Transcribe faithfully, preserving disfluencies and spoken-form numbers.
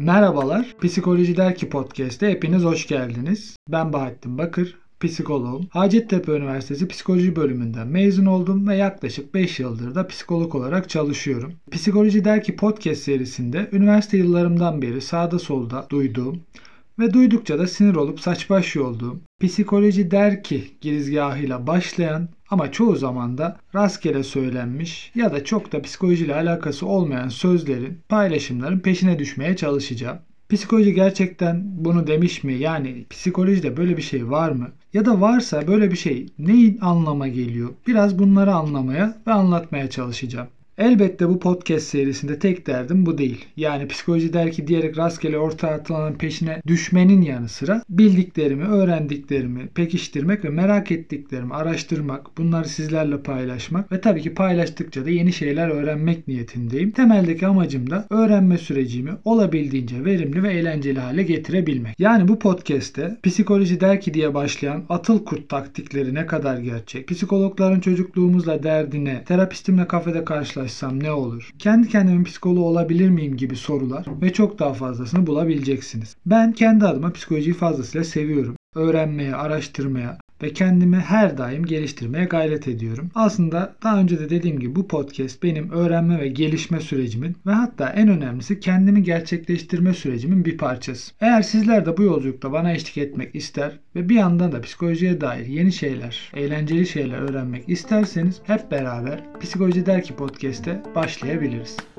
Merhabalar, Psikoloji Der ki Podcast'te hepiniz hoş geldiniz. Ben Bahattin Bakır, psikoloğum. Hacettepe Üniversitesi Psikoloji bölümünden mezun oldum ve yaklaşık beş yıldır da psikolog olarak çalışıyorum. Psikoloji Der ki Podcast serisinde üniversite yıllarımdan beri sağda solda duyduğum ve duydukça da sinir olup saç baş yolduğum Psikoloji Der ki girizgahıyla başlayan ama çoğu zaman da rastgele söylenmiş ya da çok da psikolojiyle alakası olmayan sözlerin, paylaşımların peşine düşmeye çalışacağım. Psikoloji gerçekten bunu demiş mi? Yani psikolojide böyle bir şey var mı? Ya da varsa böyle bir şey neyin anlama geliyor? Biraz bunları anlamaya ve anlatmaya çalışacağım. Elbette bu podcast serisinde tek derdim bu değil. Yani psikoloji der ki diyerek rastgele ortaya atılan peşine düşmenin yanı sıra bildiklerimi, öğrendiklerimi pekiştirmek ve merak ettiklerimi araştırmak, bunları sizlerle paylaşmak ve tabii ki paylaştıkça da yeni şeyler öğrenmek niyetindeyim. Temeldeki amacım da öğrenme sürecimi olabildiğince verimli ve eğlenceli hale getirebilmek. Yani bu podcast'te psikoloji der ki diye başlayan atıl kurt taktikleri ne kadar gerçek, psikologların çocukluğumuzla derdine, terapistimle kafede karşılaştık ne olur? Kendi kendimin psikoloğu olabilir miyim gibi sorular ve çok daha fazlasını bulabileceksiniz. Ben kendi adıma psikolojiyi fazlasıyla seviyorum. Öğrenmeye, araştırmaya ve kendimi her daim geliştirmeye gayret ediyorum. Aslında daha önce de dediğim gibi bu podcast benim öğrenme ve gelişme sürecimin ve hatta en önemlisi kendimi gerçekleştirme sürecimin bir parçası. Eğer sizler de bu yolculukta bana eşlik etmek ister ve bir yandan da psikolojiye dair yeni şeyler, eğlenceli şeyler öğrenmek isterseniz hep beraber Psikoloji Der ki Podcast'e başlayabiliriz.